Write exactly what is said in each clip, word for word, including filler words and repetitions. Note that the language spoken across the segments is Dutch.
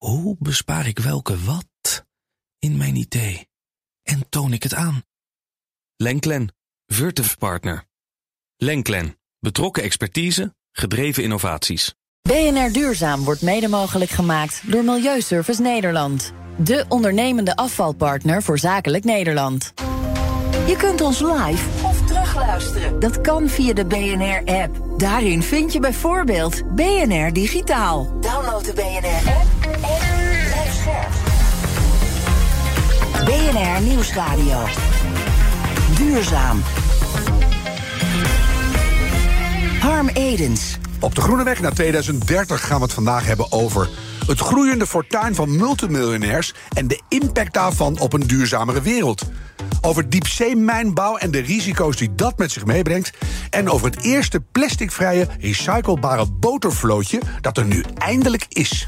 Hoe bespaar ik welke wat in mijn idee? En toon ik het aan? Lenklen, Virtuf Partner. Lenklen, betrokken expertise, gedreven innovaties. B N R Duurzaam wordt mede mogelijk gemaakt door Milieuservice Nederland. De ondernemende afvalpartner voor Zakelijk Nederland. Je kunt ons live of terugluisteren. Dat kan via de B N R-app. Daarin vind je bijvoorbeeld B N R Digitaal. Download de B N R-app en blijf scherp. B N R Nieuwsradio. Duurzaam. Harm Edens. Op de groene weg naar tweeduizend dertig gaan we het vandaag hebben over het groeiende fortuin van multimiljonairs en de impact daarvan op een duurzamere wereld. Over diepzeemijnbouw en de risico's die dat met zich meebrengt. En over het eerste plasticvrije, recyclebare botervlootje dat er nu eindelijk is.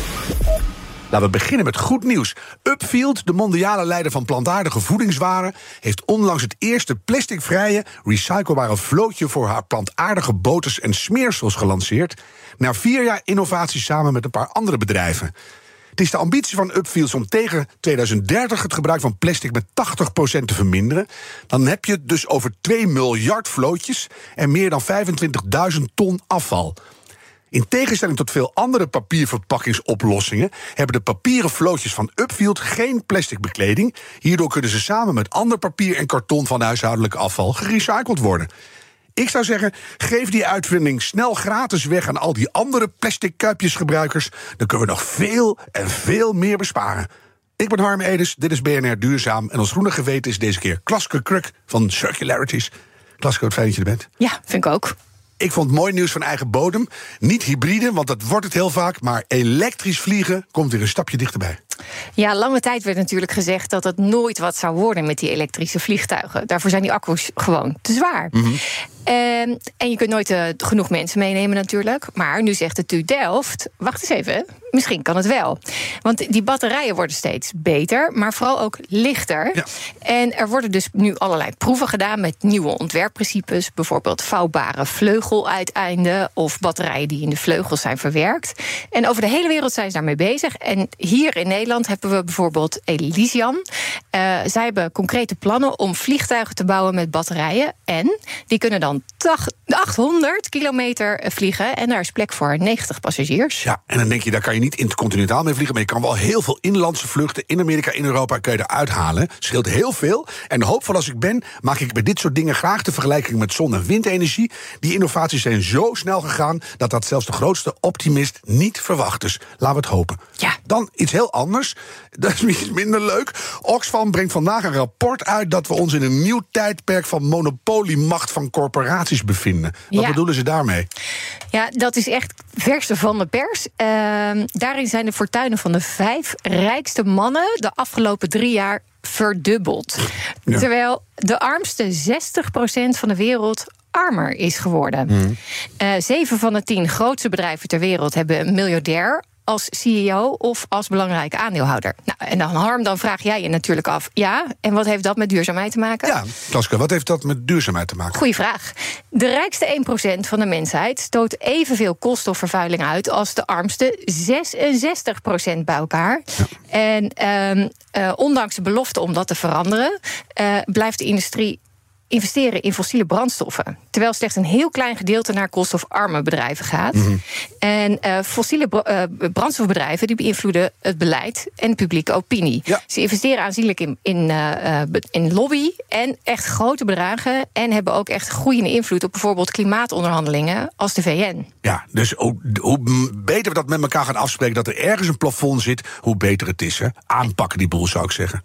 Laten we beginnen met goed nieuws. Upfield, de mondiale leider van plantaardige voedingswaren, heeft onlangs het eerste plasticvrije, recyclebare vlootje voor haar plantaardige boters en smeersels gelanceerd. Na vier jaar innovatie samen met een paar andere bedrijven. Het is de ambitie van Upfield om tegen tweeduizend dertig het gebruik van plastic met tachtig procent te verminderen. Dan heb je het dus over twee miljard vlootjes en meer dan vijfentwintigduizend ton afval. In tegenstelling tot veel andere papierverpakkingsoplossingen hebben de papieren vlootjes van Upfield geen plastic bekleding. Hierdoor kunnen ze samen met ander papier en karton van huishoudelijk afval gerecycled worden. Ik zou zeggen, geef die uitvinding snel gratis weg aan al die andere plastic kuipjesgebruikers. Dan kunnen we nog veel en veel meer besparen. Ik ben Harm Edens, dit is B N R Duurzaam. En ons groene geweten is deze keer Klaske Kruk van Circularities. Klaske, wat fijn dat je er bent. Ja, vind ik ook. Ik vond mooi nieuws van eigen bodem. Niet hybride, want dat wordt het heel vaak. Maar elektrisch vliegen komt weer een stapje dichterbij. Ja, lange tijd werd natuurlijk gezegd dat het nooit wat zou worden met die elektrische vliegtuigen. Daarvoor zijn die accu's gewoon te zwaar. Mm-hmm. Uh, en je kunt nooit uh, genoeg mensen meenemen natuurlijk. Maar nu zegt de T U Delft, wacht eens even, misschien kan het wel. Want die batterijen worden steeds beter, maar vooral ook lichter. Ja. En er worden dus nu allerlei proeven gedaan met nieuwe ontwerpprincipes. Bijvoorbeeld vouwbare vleugeluiteinden of batterijen die in de vleugels zijn verwerkt. En over de hele wereld zijn ze daarmee bezig. En hier in Nederland hebben we bijvoorbeeld Elysian. Uh, zij hebben concrete plannen om vliegtuigen te bouwen met batterijen. En die kunnen dan achthonderd kilometer vliegen. En daar is plek voor negentig passagiers. Ja, en dan denk je, daar kan je niet intercontinentaal mee vliegen. Maar je kan wel heel veel inlandse vluchten in Amerika, in Europa kun je eruit halen. Scheelt heel veel. En hoopvol als ik ben, maak ik bij dit soort dingen graag de vergelijking met zon- en windenergie. Die innovaties zijn zo snel gegaan dat dat zelfs de grootste optimist niet verwacht. Dus laten we het hopen. Ja. Dan iets heel anders. Dat is iets minder leuk. Oxfam brengt vandaag een rapport uit dat we ons in een nieuw tijdperk van monopoliemacht van corporaties bevinden. Wat ja. bedoelen ze daarmee? Ja, dat is echt verse van de pers. Uh, daarin zijn de fortuinen van de vijf rijkste mannen de afgelopen drie jaar verdubbeld. Ja. Terwijl de armste zestig procent van de wereld armer is geworden. Mm. Uh, zeven van de tien grootste bedrijven ter wereld hebben een miljardair als C E O of als belangrijke aandeelhouder. Nou, en dan, Harm, dan vraag jij je natuurlijk af, ja, en wat heeft dat met duurzaamheid te maken? Ja, Klaske, wat heeft dat met duurzaamheid te maken? Goeie vraag. De rijkste één procent van de mensheid stoot evenveel koolstofvervuiling uit als de armste zesenzestig procent bij elkaar. Ja. En um, uh, ondanks de belofte om dat te veranderen, uh, blijft de industrie investeren in fossiele brandstoffen. Terwijl slechts een heel klein gedeelte naar koolstofarme bedrijven gaat. Mm-hmm. En uh, fossiele br- uh, brandstofbedrijven die beïnvloeden het beleid en de publieke opinie. Ja. Ze investeren aanzienlijk in, in, uh, in lobby en echt grote bedragen. En hebben ook echt groeiende invloed op bijvoorbeeld klimaatonderhandelingen als de V N. Ja, dus hoe, hoe beter we dat met elkaar gaan afspreken, dat er ergens een plafond zit, hoe beter het is. Hè? Aanpakken die boel, zou ik zeggen.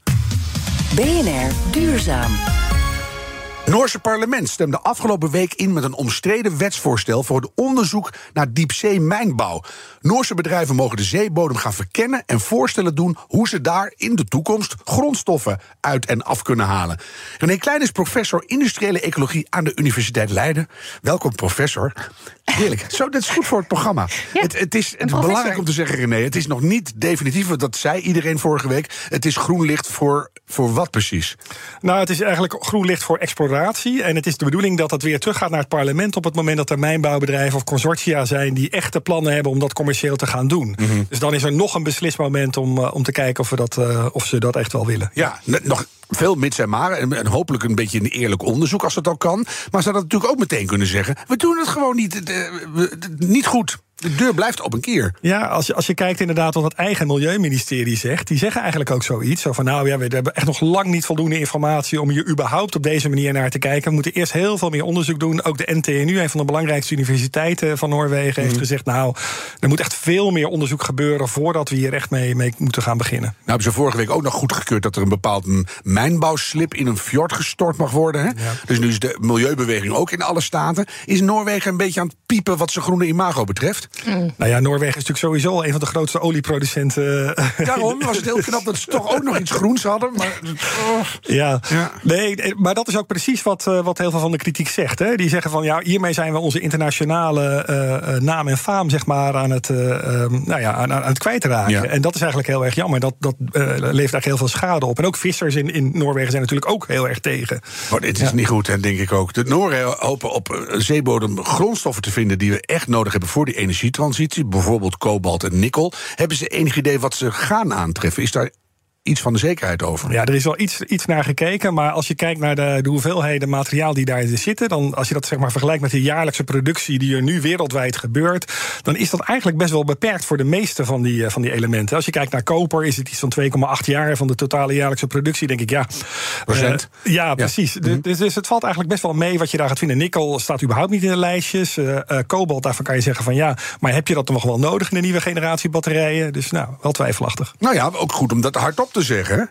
B N R Duurzaam. Noorse parlement stemde afgelopen week in met een omstreden wetsvoorstel voor het onderzoek naar diepzeemijnbouw. Noorse bedrijven mogen de zeebodem gaan verkennen en voorstellen doen hoe ze daar in de toekomst grondstoffen uit en af kunnen halen. René Klein is professor industriële ecologie aan de Universiteit Leiden. Welkom, professor. Heerlijk. Zo, dat is goed voor het programma. Ja, het, het is het belangrijk om te zeggen, René, het is nog niet definitief, dat zei iedereen vorige week. Het is groen licht voor, voor wat precies? Nou, het is eigenlijk groen licht voor exploratie exploratie. En het is de bedoeling dat dat weer teruggaat naar het parlement op het moment dat er mijnbouwbedrijven of consortia zijn die echte plannen hebben om dat commercieel te gaan doen. Mm-hmm. Dus dan is er nog een beslismoment om, uh, om te kijken of, we dat, uh, of ze dat echt wel willen. Ja, nog veel mits en maar. En, en hopelijk een beetje een eerlijk onderzoek als dat al kan. Maar ze hadden natuurlijk ook meteen kunnen zeggen, we doen het gewoon niet, uh, niet goed. De deur blijft op een keer. Ja, als je, als je kijkt inderdaad wat het eigen milieuministerie zegt, die zeggen eigenlijk ook zoiets. Zo van, nou ja, we hebben echt nog lang niet voldoende informatie om hier überhaupt op deze manier naar te kijken. We moeten eerst heel veel meer onderzoek doen. Ook de N T N U, een van de belangrijkste universiteiten van Noorwegen, heeft mm. gezegd, nou, er moet echt veel meer onderzoek gebeuren voordat we hier echt mee, mee moeten gaan beginnen. Nou hebben ze vorige week ook nog goedgekeurd dat er een bepaald mijnbouwslip in een fjord gestort mag worden. Hè? Ja. Dus nu is de milieubeweging ook in alle staten. Is Noorwegen een beetje aan het piepen wat zijn groene imago betreft? Mm. Nou ja, Noorwegen is natuurlijk sowieso een van de grootste olieproducenten. Daarom was het heel knap dat ze toch ook nog iets groens hadden. Maar, oh. ja. ja, nee, maar dat is ook precies wat, wat heel veel van de kritiek zegt. Hè. Die zeggen van, ja, hiermee zijn we onze internationale uh, naam en faam zeg maar, aan, het, uh, um, nou ja, aan, aan het kwijtraken. Ja. En dat is eigenlijk heel erg jammer. Dat, dat uh, levert eigenlijk heel veel schade op. En ook vissers in, in Noorwegen zijn natuurlijk ook heel erg tegen. Maar dit is ja. niet goed, hè, denk ik ook. De Noren hopen op zeebodem grondstoffen te vinden die we echt nodig hebben voor die energietransitie, bijvoorbeeld kobalt en nikkel. Hebben ze enig idee wat ze gaan aantreffen? Is daar iets van de zekerheid over? Ja, er is wel iets, iets naar gekeken, maar als je kijkt naar de, de hoeveelheden materiaal die daar zitten, dan als je dat zeg maar vergelijkt met de jaarlijkse productie die er nu wereldwijd gebeurt, dan is dat eigenlijk best wel beperkt voor de meeste van die, van die elementen. Als je kijkt naar koper, is het iets van twee komma acht jaar van de totale jaarlijkse productie, denk ik, ja. Procent? Uh, ja, precies. Ja. Mm-hmm. Dus, dus het valt eigenlijk best wel mee wat je daar gaat vinden. Nikkel staat überhaupt niet in de lijstjes. Uh, uh, kobalt, daarvan kan je zeggen van ja, maar heb je dat nog wel nodig in de nieuwe generatie batterijen? Dus nou, wel twijfelachtig. Nou ja, ook goed om dat hardop te zeggen.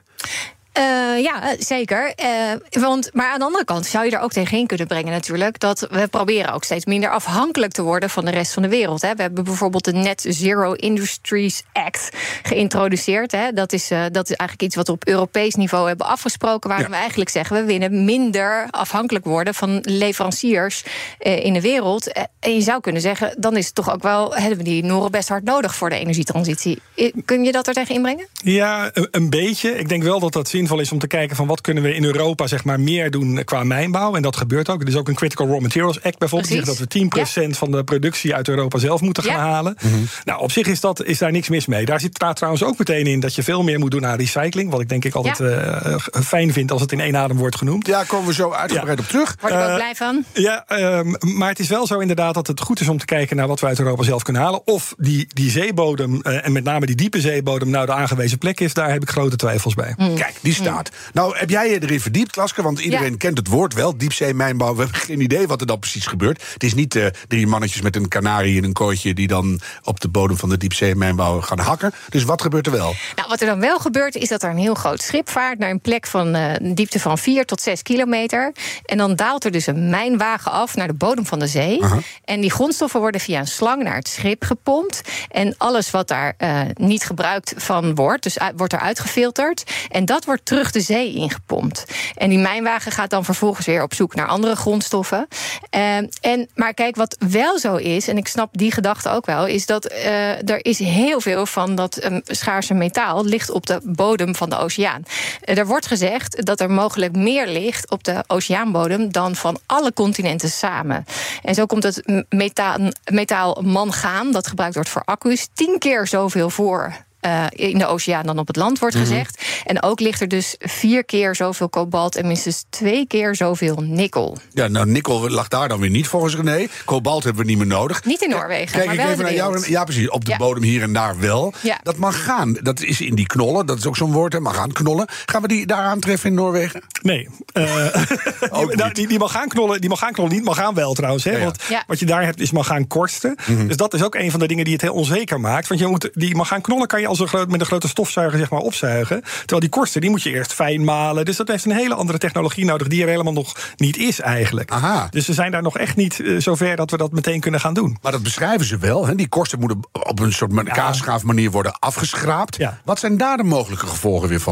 Uh, ja, zeker. Uh, want, maar aan de andere kant zou je er ook tegenin kunnen brengen natuurlijk, dat we proberen ook steeds minder afhankelijk te worden van de rest van de wereld. Hè. We hebben bijvoorbeeld de Net Zero Industries Act geïntroduceerd. Hè. Dat, is, uh, dat is eigenlijk iets wat we op Europees niveau hebben afgesproken, waarin ja. we eigenlijk zeggen, we willen minder afhankelijk worden van leveranciers uh, in de wereld. Uh, en je zou kunnen zeggen, dan is het toch ook wel, hebben we die Noren best hard nodig voor de energietransitie. Kun je dat er tegen inbrengen? Ja, een, een beetje. Ik denk wel dat dat zin is om te kijken van wat kunnen we in Europa zeg maar meer doen qua mijnbouw. En dat gebeurt ook. Er is ook een Critical Raw Materials Act bijvoorbeeld. Die zegt dat we tien procent ja. van de productie uit Europa zelf moeten gaan ja. halen. Mm-hmm. Nou, op zich is, dat, is daar niks mis mee. Daar zit daar trouwens ook meteen in dat je veel meer moet doen aan recycling. Wat ik denk ik altijd ja. uh, fijn vind als het in één adem wordt genoemd. Ja, komen we zo uitgebreid ja. op terug. Word ik uh, ook blij van. Ja, um, maar het is wel zo inderdaad dat het goed is om te kijken naar wat we uit Europa zelf kunnen halen. Of die, die zeebodem, uh, en met name die diepe zeebodem, nou de aangewezen plek is. Daar heb ik grote twijfels bij. Mm. Kijk, die staat. Mm. Nou, heb jij je erin verdiept, Klaske? Want iedereen ja. kent het woord wel, diepzeemijnbouw. We hebben geen idee wat er dan precies gebeurt. Het is niet uh, drie mannetjes met een kanarie in een kooitje die dan op de bodem van de diepzeemijnbouw gaan hakken. Dus wat gebeurt er wel? Nou, wat er dan wel gebeurt, is dat er een heel groot schip vaart naar een plek van uh, een diepte van vier tot zes kilometer. En dan daalt er dus een mijnwagen af naar de bodem van de zee. Uh-huh. En die grondstoffen worden via een slang naar het schip gepompt. En alles wat daar uh, niet gebruikt van wordt, dus uit, wordt er uitgefilterd. En dat wordt terug de zee ingepompt. En die mijnwagen gaat dan vervolgens weer op zoek naar andere grondstoffen. Uh, en, maar kijk, wat wel zo is, en ik snap die gedachte ook wel, is dat uh, er is heel veel van dat um, schaarse metaal ligt op de bodem van de oceaan. Uh, er wordt gezegd dat er mogelijk meer ligt op de oceaanbodem dan van alle continenten samen. En zo komt het metaal, metaal mangaan, dat gebruikt wordt voor accu's, tien keer zoveel voor Uh, in de oceaan dan op het land, wordt mm-hmm. gezegd. En ook ligt er dus vier keer zoveel kobalt en minstens twee keer zoveel nikkel. Ja, nou, nikkel lag daar dan weer niet volgens René. Kobalt hebben we niet meer nodig. Niet in Noorwegen, Kijk, maar wel even naar jou. Ja, precies. Op de ja. bodem hier en daar wel. Ja. Dat mangaan, dat is in die knollen. Dat is ook zo'n woord, hè, mangaan-knollen. Gaan we die daar aantreffen in Noorwegen? Nee. Uh, die, die, die mangaan-knollen, die mangaan-knollen niet. Mangaan wel trouwens. Hè, ja, ja. Want ja. wat je daar hebt is mangaan-korsten. Mm-hmm. Dus dat is ook een van de dingen die het heel onzeker maakt. Want je moet, die mangaan-knollen kan je als een groot, met een grote stofzuiger zeg maar opzuigen. Terwijl die korsten, die moet je eerst fijn malen. Dus dat heeft een hele andere technologie nodig die er helemaal nog niet is eigenlijk. Aha. Dus we zijn daar nog echt niet uh, zover dat we dat meteen kunnen gaan doen. Maar dat beschrijven ze wel. Hè? Die korsten moeten op een soort ja. kaasschaafmanier worden afgeschraapt. Ja. Wat zijn daar de mogelijke gevolgen weer van?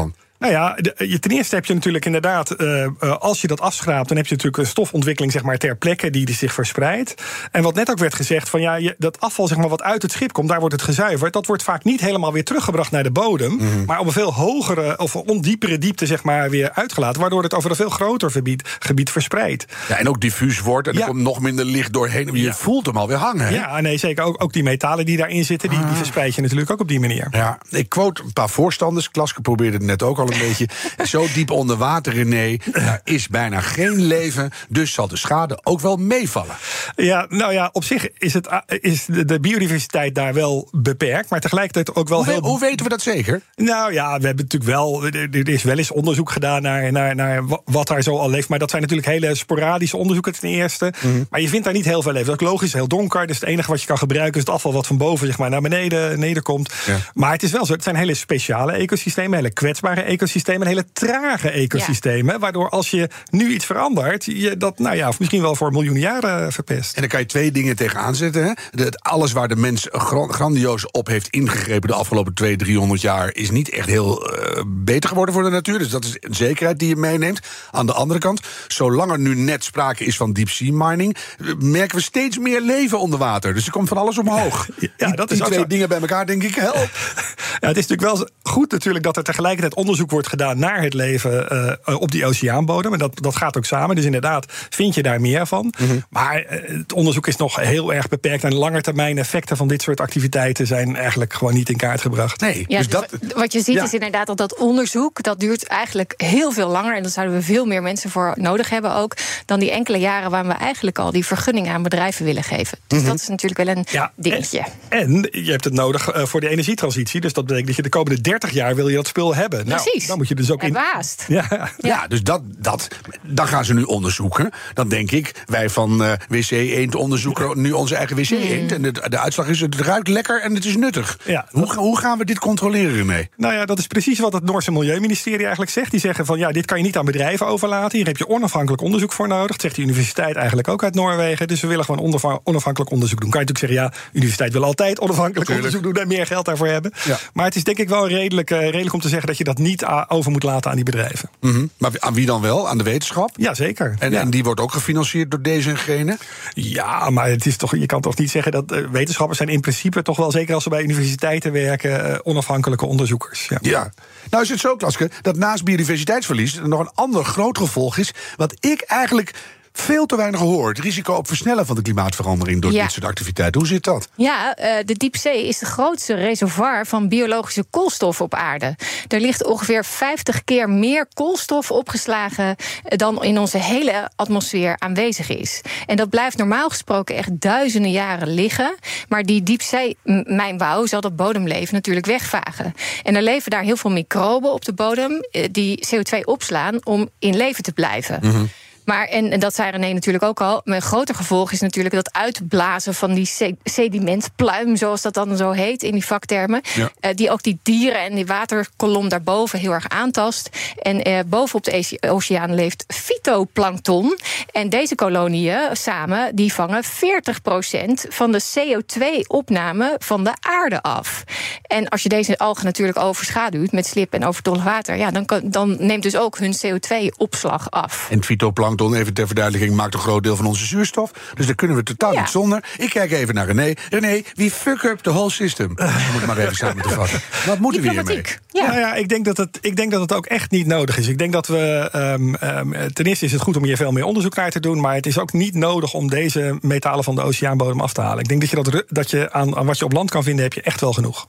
Nou ja, de, ten eerste heb je natuurlijk inderdaad, uh, als je dat afschraapt, dan heb je natuurlijk een stofontwikkeling zeg maar, ter plekke die zich verspreidt. En wat net ook werd gezegd, van ja, je, dat afval zeg maar, wat uit het schip komt, daar wordt het gezuiverd. Dat wordt vaak niet helemaal weer teruggebracht naar de bodem, mm-hmm. maar op een veel hogere of ondiepere diepte zeg maar, weer uitgelaten, waardoor het over een veel groter gebied, gebied verspreidt. Ja, en ook diffuus wordt en er ja. komt nog minder licht doorheen. Je ja. voelt hem alweer hangen. Hè? Ja, nee, zeker. Ook, ook die metalen die daarin zitten, die, die verspreid je natuurlijk ook op die manier. Ja, ik quote een paar voorstanders. Klaske probeerde het net ook al een beetje. Zo diep onder water, René, daar is bijna geen leven. Dus zal de schade ook wel meevallen. Ja, nou ja, op zich is, het, is de, de biodiversiteit daar wel beperkt, maar tegelijkertijd ook wel hoe, heel... Hoe weten we dat zeker? Nou ja, we hebben natuurlijk wel... Er is wel eens onderzoek gedaan naar, naar, naar wat daar zo al leeft, maar dat zijn natuurlijk hele sporadische onderzoeken ten eerste. Mm-hmm. Maar je vindt daar niet heel veel leven. Dat is logisch, heel donker, dus het enige wat je kan gebruiken is het afval wat van boven zeg maar, naar beneden, beneden komt. Ja. Maar het is wel zo, het zijn hele speciale ecosystemen, hele kwetsbare ecosystemen, hele trage ecosystemen, ja. waardoor als je nu iets verandert, je dat nou ja, of misschien wel voor miljoenen jaren verpest. En dan kan je twee dingen tegenaan zetten. Hè? De, alles waar de mens grandioos op heeft ingegrepen de afgelopen tweehonderd, driehonderd jaar is niet echt heel uh, beter geworden voor de natuur. Dus dat is een zekerheid die je meeneemt. Aan de andere kant, zolang er nu net sprake is van deep sea mining, merken we steeds meer leven onder water. Dus er komt van alles omhoog. Ja, ja, dat die is twee zo. dingen bij elkaar, denk ik, help. Ja, het is natuurlijk wel goed natuurlijk dat er tegelijkertijd onderzoek wordt gedaan naar het leven uh, op die oceaanbodem. En dat, dat gaat ook samen. Dus inderdaad vind je daar meer van. Mm-hmm. Maar uh, het onderzoek is nog heel erg beperkt. En langetermijn effecten van dit soort activiteiten zijn eigenlijk gewoon niet in kaart gebracht. Nee, ja, dus dus dat, wat je ziet ja. is inderdaad dat dat onderzoek, dat duurt eigenlijk heel veel langer. En daar zouden we veel meer mensen voor nodig hebben ook, dan die enkele jaren waar we eigenlijk al die vergunningen aan bedrijven willen geven. Dus mm-hmm. dat is natuurlijk wel een ja, dingetje. En, en je hebt het nodig uh, voor de energietransitie. Dus dat betekent dat je de komende dertig jaar wil je dat spul hebben. Precies. Nou, dan moet je dus ook en in. waast. Ja, ja. ja, dus dat, dat, dan gaan ze nu onderzoeken. Dan denk ik, wij van uh, W C Eend onderzoeken nu onze eigen W C Eend. Mm. En de, de uitslag is, het ruikt lekker en het is nuttig. Ja, hoe, hoe gaan we dit controleren, René? Nou ja, dat is precies wat het Noorse Milieuministerie eigenlijk zegt. Die zeggen van ja, dit kan je niet aan bedrijven overlaten. Hier heb je onafhankelijk onderzoek voor nodig. Dat zegt de universiteit eigenlijk ook uit Noorwegen. Dus we willen gewoon onaf- onafhankelijk onderzoek doen. Kan je natuurlijk zeggen, ja, de universiteit wil altijd onafhankelijk Tuurlijk. onderzoek doen en meer geld daarvoor hebben. Ja. Maar het is denk ik wel redelijk, uh, redelijk om te zeggen dat je dat niet uh, over moet laten aan die bedrijven. Mm-hmm. Maar aan wie dan wel? Aan de wetenschap? Ja, zeker. En, ja. en die wordt ook gefinancierd door deze en gene? Ja, maar het is toch, je kan toch niet zeggen dat uh, wetenschappers zijn in principe toch wel, zeker als ze bij universiteiten werken, uh, onafhankelijke onderzoekers. Ja. ja. Nou is het zo, Klaske, dat naast biodiversiteitsverlies er nog een ander groot gevolg is, wat ik eigenlijk veel te weinig hoor. Het risico op versnellen van de klimaatverandering door ja. dit soort activiteiten. Hoe zit dat? Ja, uh, de diepzee is de grootste reservoir van biologische koolstof op aarde. Er ligt ongeveer vijftig keer meer koolstof opgeslagen dan in onze hele atmosfeer aanwezig is. En dat blijft normaal gesproken echt duizenden jaren liggen. Maar die diepzeemijnbouw zal dat bodemleven natuurlijk wegvagen. En er leven daar heel veel microben op de bodem die C O twee opslaan om in leven te blijven. Mm-hmm. Maar, en, en dat zei René natuurlijk ook al, een groter gevolg is natuurlijk dat uitblazen van die sedimentpluim, zoals dat dan zo heet in die vaktermen, ja. uh, die ook die dieren en die waterkolom daarboven heel erg aantast. En uh, bovenop de oceaan leeft fytoplankton. En deze kolonieën samen, die vangen veertig procent van de C O twee opname van de aarde af. En als je deze algen natuurlijk overschaduwt met slip en overtollig water, ja, dan, kan, dan neemt dus ook hun C O twee opslag af. En fytoplankton, even ter verduidelijking, maakt een groot deel van onze zuurstof. Dus daar kunnen we totaal ja. niet zonder. Ik kijk even naar René. René, we fuck up the whole system. We moeten maar even samen te vatten. Wat moeten we hiermee? Ja. Nou ja, ik denk dat het, ik denk dat het ook echt niet nodig is. Ik denk dat we, um, um, ten eerste is het goed om hier veel meer onderzoek naar te doen, maar het is ook niet nodig om deze metalen van de oceaanbodem af te halen. Ik denk dat je, dat, dat je aan, aan wat je op land kan vinden, heb je echt wel genoeg.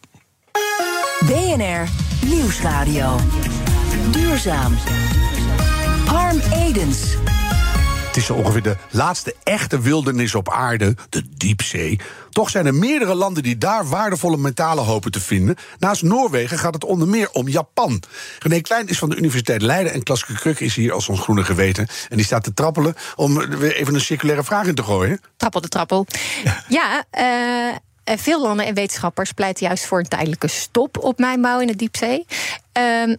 B N R Nieuwsradio. Duurzaam. Harm Edens. Het is zo ongeveer de laatste echte wildernis op aarde, de diepzee. Toch zijn er meerdere landen die daar waardevolle metalen hopen te vinden. Naast Noorwegen gaat het onder meer om Japan. René Klein is van de Universiteit Leiden en Klaske Kruk is hier als ons groene geweten. En die staat te trappelen om weer even een circulaire vraag in te gooien. Trappel de trappel. Ja, uh, veel landen en wetenschappers pleiten juist voor een tijdelijke stop op mijnbouw in de diepzee. Uh,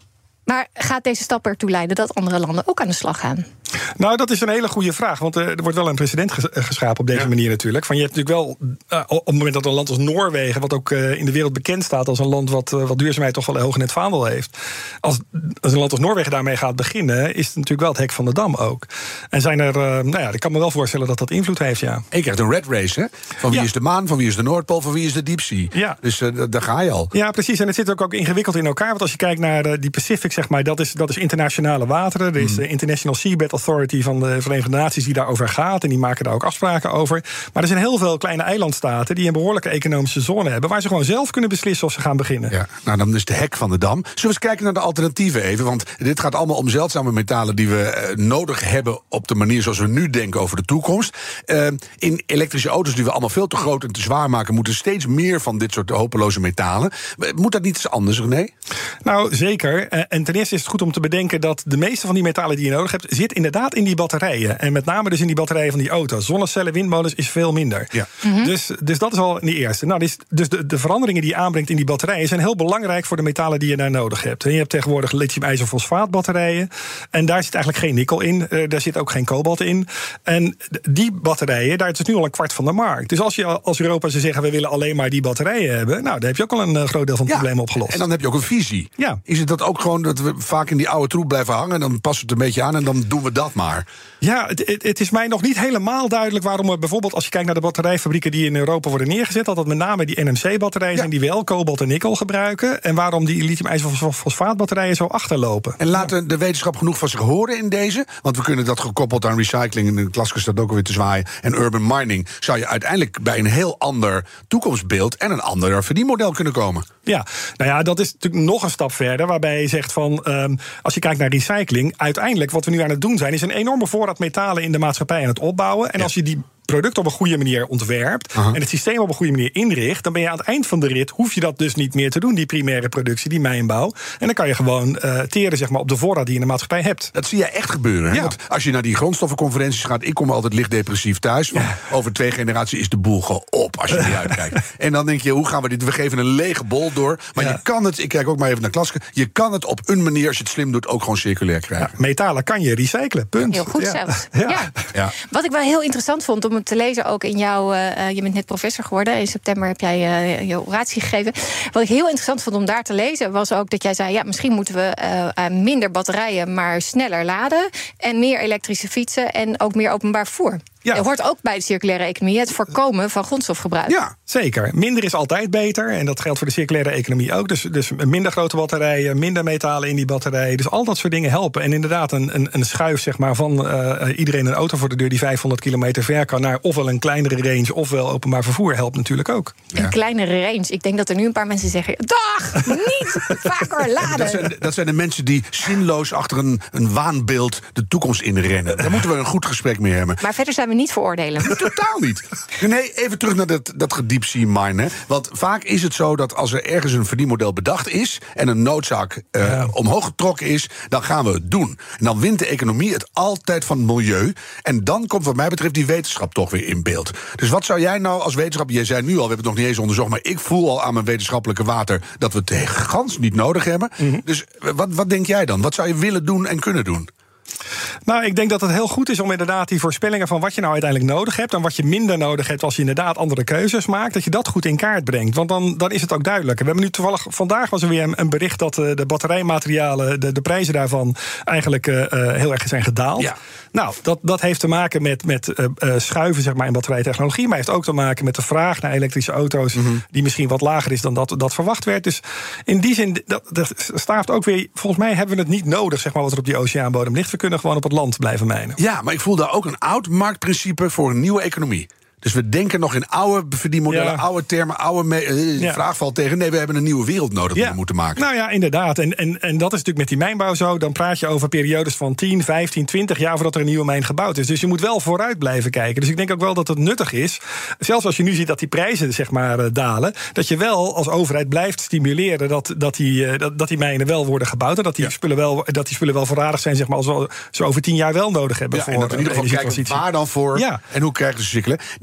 Maar gaat deze stap ertoe leiden dat andere landen ook aan de slag gaan? Nou, dat is een hele goede vraag. Want er wordt wel een precedent geschapen op deze ja. manier natuurlijk. Van je hebt natuurlijk wel, uh, op het moment dat een land als Noorwegen, wat ook uh, in de wereld bekend staat als een land wat, uh, wat duurzaamheid toch wel hoog in het vaandel heeft. Als, als een land als Noorwegen daarmee gaat beginnen, is het natuurlijk wel het hek van de dam ook. En zijn er, uh, nou ja, ik kan me wel voorstellen dat dat invloed heeft, ja. En je krijgt een red race, hè? Van wie ja. is de maan, van wie is de Noordpool, van wie is de diepzee. Ja. Dus uh, daar ga je al. Ja, precies. En het zit ook, ook ingewikkeld in elkaar. Want als je kijkt naar uh, die Pacific, zeg maar, dat is, dat is internationale wateren. Er is de International Seabed Authority van de Verenigde Naties die daarover gaat. En die maken daar ook afspraken over. Maar er zijn heel veel kleine eilandstaten die een behoorlijke economische zone hebben, waar ze gewoon zelf kunnen beslissen of ze gaan beginnen. Ja, nou, dan is de hek van de dam. Zullen we eens kijken naar de alternatieven even? Want dit gaat allemaal om zeldzame metalen die we uh, nodig hebben op de manier zoals we nu denken over de toekomst. Uh, in elektrische auto's die we allemaal veel te groot en te zwaar maken, moeten steeds meer van dit soort hopeloze metalen. Moet dat niet eens anders, René? Nou, zeker. Uh, en ten eerste is het goed om te bedenken dat de meeste van die metalen die je nodig hebt, zit inderdaad in die batterijen. En met name dus in die batterijen van die auto's. Zonnecellen, windmolens is veel minder. Ja. Mm-hmm. Dus, dus dat is al de eerste. Nou, dus dus de, de veranderingen die je aanbrengt in die batterijen zijn heel belangrijk voor de metalen die je daar nodig hebt. En je hebt tegenwoordig lithium-ijzerfosfaatbatterijen. En daar zit eigenlijk geen nikkel in. Uh, daar zit ook geen kobalt in. En die batterijen, daar is nu al een kwart van de markt. Dus als je als Europa zou zeggen, we willen alleen maar die batterijen hebben, nou, dan heb je ook al een uh, groot deel van het ja, probleem opgelost. En dan heb je ook een visie. Ja. Is het dat ook gewoon dat we vaak in die oude troep blijven hangen en dan passen we het een beetje aan en dan doen we dat maar? Ja, het, het, het is mij nog niet helemaal duidelijk waarom er bijvoorbeeld, als je kijkt naar de batterijfabrieken die in Europa worden neergezet, dat dat met name die N M C-batterijen ja. zijn die wel kobalt en nikkel gebruiken. En waarom die lithium-ijzerfosfaatbatterijen zo achterlopen. En laat ja. de wetenschap genoeg van zich horen in deze? Want we kunnen dat gekoppeld aan recycling, en de Glasgow staat ook alweer te zwaaien, en urban mining, zou je uiteindelijk bij een heel ander toekomstbeeld en een ander verdienmodel kunnen komen. Ja, nou ja, dat is natuurlijk nog een stap verder, waarbij je zegt van, um, als je kijkt naar recycling, uiteindelijk wat we nu aan het doen zijn, is een enorme voorraad metalen in de maatschappij aan het opbouwen. En ja. als je die product op een goede manier ontwerpt uh-huh. en het systeem op een goede manier inricht, dan ben je aan het eind van de rit, hoef je dat dus niet meer te doen, die primaire productie, die mijnbouw. En dan kan je gewoon uh, teren, zeg maar, op de voorraad die je in de maatschappij hebt. Dat zie je echt gebeuren. Hè? Ja. Want als je naar die grondstoffenconferenties gaat, ik kom altijd licht depressief thuis, want ja. over twee generaties is de boel gewoon op als je er uitkijkt. En dan denk je, hoe gaan we dit? We geven een lege bol door. Maar ja. je kan het, ik kijk ook maar even naar Klaske, je kan het op een manier, als je het slim doet, ook gewoon circulair krijgen. Ja, metalen kan je recyclen, punt. Heel goed ja. zelfs. Ja. Ja. Ja. Wat ik wel heel interessant vond om het te lezen, ook in jouw, uh, je bent net professor geworden, in september heb jij uh, je oratie gegeven. Wat ik heel interessant vond om daar te lezen, was ook dat jij zei, ja, misschien moeten we uh, uh, minder batterijen, maar sneller laden en meer elektrische fietsen en ook meer openbaar vervoer. Ja. Dat hoort ook bij de circulaire economie, het voorkomen van grondstofgebruik. Ja, zeker. Minder is altijd beter. En dat geldt voor de circulaire economie ook. Dus, dus minder grote batterijen, minder metalen in die batterijen. Dus al dat soort dingen helpen. En inderdaad, een, een, een schuif zeg maar, van uh, iedereen een auto voor de deur die vijfhonderd kilometer ver kan naar ofwel een kleinere range ofwel openbaar vervoer helpt natuurlijk ook. Een ja. kleinere range. Ik denk dat er nu een paar mensen zeggen, dag, niet vaker laden. Dat zijn, dat zijn de mensen die zinloos achter een, een waanbeeld de toekomst inrennen. Daar moeten we een goed gesprek mee hebben. Maar verder zijn we niet veroordelen. Nee, totaal niet. Nee, even terug naar dat, dat deep sea mine. Want vaak is het zo dat als er ergens een verdienmodel bedacht is en een noodzaak uh, ja. omhoog getrokken is, dan gaan we het doen. En dan wint de economie het altijd van het milieu. En dan komt wat mij betreft die wetenschap toch weer in beeld. Dus wat zou jij nou als wetenschapper, jij zei nu al, we hebben het nog niet eens onderzocht, maar ik voel al aan mijn wetenschappelijke water dat we het gans niet nodig hebben. Mm-hmm. Dus wat, wat denk jij dan? Wat zou je willen doen en kunnen doen? Nou, ik denk dat het heel goed is om inderdaad die voorspellingen van wat je nou uiteindelijk nodig hebt en wat je minder nodig hebt als je inderdaad andere keuzes maakt, dat je dat goed in kaart brengt. Want dan, dan is het ook duidelijk. We hebben nu toevallig, vandaag was er weer een bericht dat de batterijmaterialen, de, de prijzen daarvan eigenlijk uh, heel erg zijn gedaald. Ja. Nou, dat, dat heeft te maken met, met uh, schuiven zeg maar, in batterijtechnologie, maar heeft ook te maken met de vraag naar elektrische auto's, mm-hmm. die misschien wat lager is dan dat, dat verwacht werd. Dus in die zin, dat, dat staaft ook weer, volgens mij hebben we het niet nodig, zeg maar, wat er op die oceaanbodem ligt. We kunnen gewoon op het land blijven mijnen. Ja, maar ik voel daar ook een oud marktprincipe voor een nieuwe economie. Dus we denken nog in oude verdienmodellen, ja. oude termen, oude me- uh, ja. vraag valt tegen. Nee, we hebben een nieuwe wereld nodig die ja. we moeten maken. Nou ja, inderdaad. En, en, en dat is natuurlijk met die mijnbouw zo. Dan praat je over periodes van tien, vijftien, twintig jaar voordat er een nieuwe mijn gebouwd is. Dus je moet wel vooruit blijven kijken. Dus ik denk ook wel dat het nuttig is, zelfs als je nu ziet dat die prijzen zeg maar dalen, dat je wel als overheid blijft stimuleren dat, dat, die, dat, dat die mijnen wel worden gebouwd en dat die, ja. spullen, wel, dat die spullen wel voorradig zijn, zeg maar, als we ze over tien jaar wel nodig hebben. Ja, voor en dat we in ieder geval kijken waar dan voor ja. en hoe krijgen ze cirkelen.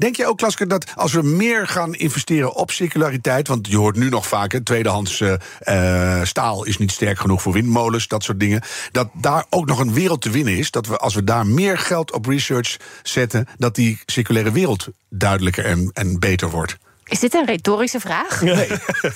Denk je ook, Klaske, dat als we meer gaan investeren op circulariteit, want je hoort nu nog vaak, hè, tweedehands uh, uh, staal is niet sterk genoeg voor windmolens, dat soort dingen, dat daar ook nog een wereld te winnen is, dat we als we daar meer geld op research zetten, dat die circulaire wereld duidelijker en, en beter wordt? Is dit een retorische vraag? Nee.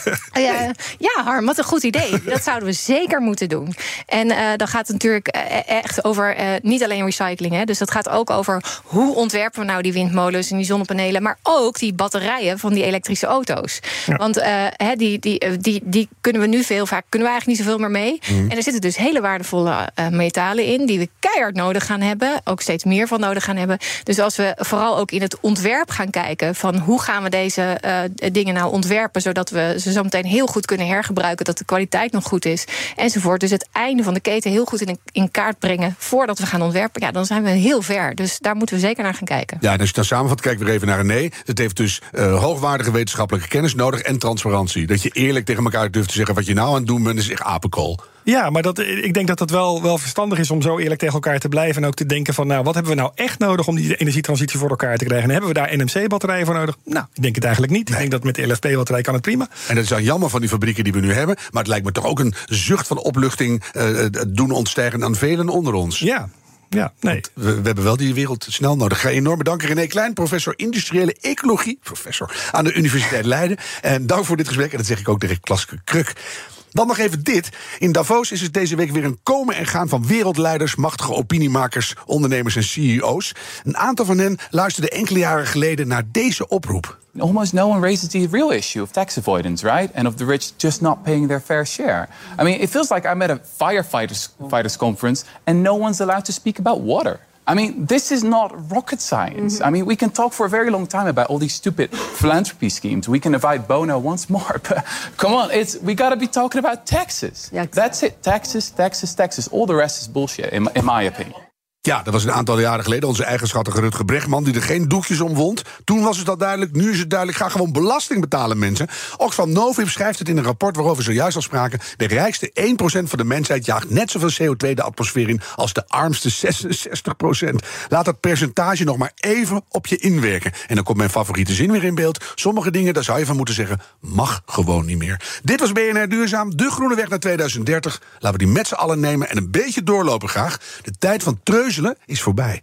uh, ja, Harm, wat een goed idee. Dat zouden we zeker moeten doen. En uh, dan gaat het natuurlijk echt over uh, niet alleen recycling. Hè, dus dat gaat ook over hoe ontwerpen we nou die windmolens en die zonnepanelen, maar ook die batterijen van die elektrische auto's. Ja. Want uh, die, die, die, die kunnen we nu veel vaak, kunnen we eigenlijk niet zoveel meer mee. Mm. En er zitten dus hele waardevolle uh, metalen in die we keihard nodig gaan hebben, ook steeds meer van nodig gaan hebben. Dus als we vooral ook in het ontwerp gaan kijken van hoe gaan we deze Uh, dingen nou ontwerpen, zodat we ze zo meteen heel goed kunnen hergebruiken, dat de kwaliteit nog goed is, enzovoort. Dus het einde van de keten heel goed in, in kaart brengen voordat we gaan ontwerpen, ja, dan zijn we heel ver. Dus daar moeten we zeker naar gaan kijken. Ja, en als je dan samenvat, kijk weer even naar René. Het heeft dus uh, hoogwaardige wetenschappelijke kennis nodig en transparantie. Dat je eerlijk tegen elkaar durft te zeggen wat je nou aan het doen bent, is echt apenkool. Ja, maar dat, ik denk dat het wel, wel verstandig is om zo eerlijk tegen elkaar te blijven. En ook te denken van, nou, wat hebben we nou echt nodig om die energietransitie voor elkaar te krijgen? En hebben we daar N M C-batterijen voor nodig? Nou, ik denk het eigenlijk niet. Nee. Ik denk dat met de L F P-batterij kan het prima. En dat is dan jammer van die fabrieken die we nu hebben. Maar het lijkt me toch ook een zucht van opluchting uh, doen ontstijgen aan velen onder ons. Ja. Ja, nee. We, we hebben wel die wereld snel nodig. Ik ga je enorm bedanken, René Klein, professor industriële ecologie, professor aan de Universiteit Leiden. En dank voor dit gesprek. En dat zeg ik ook tegen Klaske Kruk. Dan nog even dit. In Davos is het deze week weer een komen en gaan van wereldleiders, machtige opiniemakers, ondernemers en C E O's. Een aantal van hen luisterden enkele jaren geleden naar deze oproep. Almost no one raises the real issue of tax avoidance, right? And of the rich just not paying their fair share. I mean, it feels like I'm at a firefighters fighters conference and no one's allowed to speak about water. I mean, this is not rocket science. Mm-hmm. I mean, we can talk for a very long time about all these stupid philanthropy schemes. We can invite Bono once more, but come on, it's we got to be talking about taxes. Yeah, exactly. That's it, taxes, taxes, taxes. All the rest is bullshit, in, in my opinion. Ja, dat was een aantal jaren geleden onze eigen schattige Rutger Bregman die er geen doekjes om wond. Toen was het al duidelijk, nu is het duidelijk. Ga gewoon belasting betalen, mensen. Oxfam Novib schrijft het in een rapport waarover we zojuist al spraken. De rijkste één procent van de mensheid jaagt net zoveel C O twee de atmosfeer in als de armste zesenzestig procent. Laat dat percentage nog maar even op je inwerken. En dan komt mijn favoriete zin weer in beeld. Sommige dingen, daar zou je van moeten zeggen, mag gewoon niet meer. Dit was B N R Duurzaam, de groene weg naar tweeduizend dertig. Laten we die met z'n allen nemen en een beetje doorlopen graag. De tijd van treuzelen is voorbij.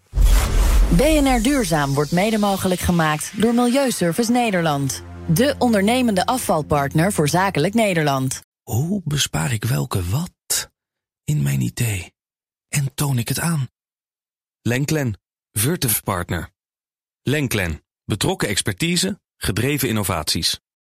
B N R Duurzaam wordt mede mogelijk gemaakt door Milieuservice Nederland. De ondernemende afvalpartner voor zakelijk Nederland. Hoe bespaar ik welke wat in mijn idee? En toon ik het aan? Lenklen, Virtuf Partner. Lenklen, betrokken expertise, gedreven innovaties.